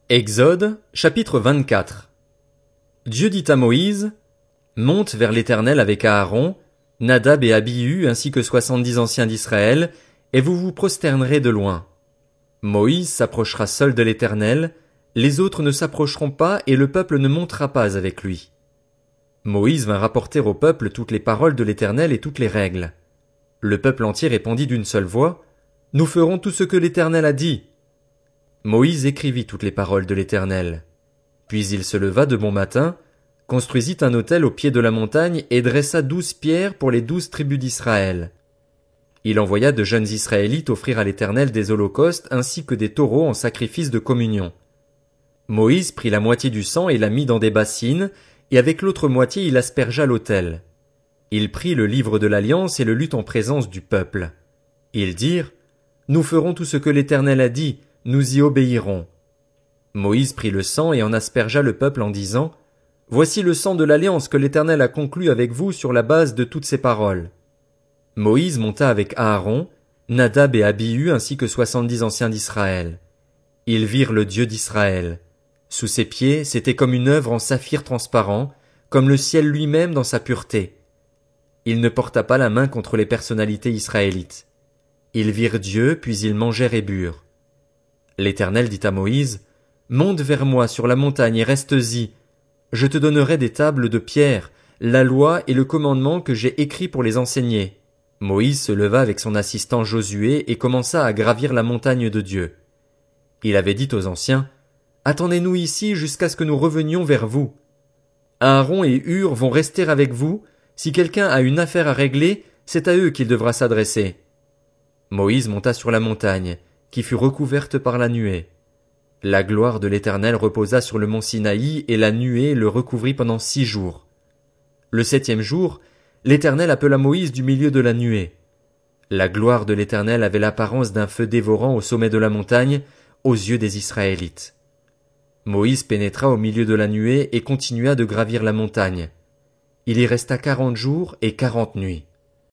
Exode, chapitre 24. Dieu dit à Moïse, monte vers l'Éternel avec Aaron, Nadab et Abihu ainsi que 70 anciens d'Israël, et vous vous prosternerez de loin. Moïse s'approchera seul de l'Éternel, les autres ne s'approcheront pas et le peuple ne montera pas avec lui. Moïse vint rapporter au peuple toutes les paroles de l'Éternel et toutes les règles. Le peuple entier répondit d'une seule voix, nous ferons tout ce que l'Éternel a dit. Moïse écrivit toutes les paroles de l'Éternel. Puis il se leva de bon matin, construisit un autel au pied de la montagne et dressa 12 pierres pour les 12 tribus d'Israël. Il envoya de jeunes Israélites offrir à l'Éternel des holocaustes ainsi que des taureaux en sacrifice de communion. Moïse prit la moitié du sang et la mit dans des bassines, et avec l'autre moitié il aspergea l'autel. Il prit le livre de l'Alliance et le lut en présence du peuple. Ils dirent, nous ferons tout ce que l'Éternel a dit, nous y obéirons. Moïse prit le sang et en aspergea le peuple en disant, voici le sang de l'alliance que l'Éternel a conclue avec vous sur la base de toutes ces paroles. Moïse monta avec Aaron, Nadab et Abihu ainsi que 70 anciens d'Israël. Ils virent le Dieu d'Israël. Sous ses pieds, c'était comme une œuvre en saphir transparent, comme le ciel lui-même dans sa pureté. Il ne porta pas la main contre les personnalités israélites. Ils virent Dieu, puis ils mangèrent et burent. L'Éternel dit à Moïse, monte vers moi sur la montagne et reste-y. Je te donnerai des tables de pierre, la loi et le commandement que j'ai écrit pour les enseigner. Moïse se leva avec son assistant Josué et commença à gravir la montagne de Dieu. Il avait dit aux anciens, attendez-nous ici jusqu'à ce que nous revenions vers vous. Aaron et Hur vont rester avec vous. Si quelqu'un a une affaire à régler, c'est à eux qu'il devra s'adresser. Moïse monta sur la montagne, qui fut recouverte par la nuée. La gloire de l'Éternel reposa sur le mont Sinaï et la nuée le recouvrit pendant 6 jours. Le 7e jour, l'Éternel appela Moïse du milieu de la nuée. La gloire de l'Éternel avait l'apparence d'un feu dévorant au sommet de la montagne, aux yeux des Israélites. Moïse pénétra au milieu de la nuée et continua de gravir la montagne. Il y resta 40 jours et 40 nuits.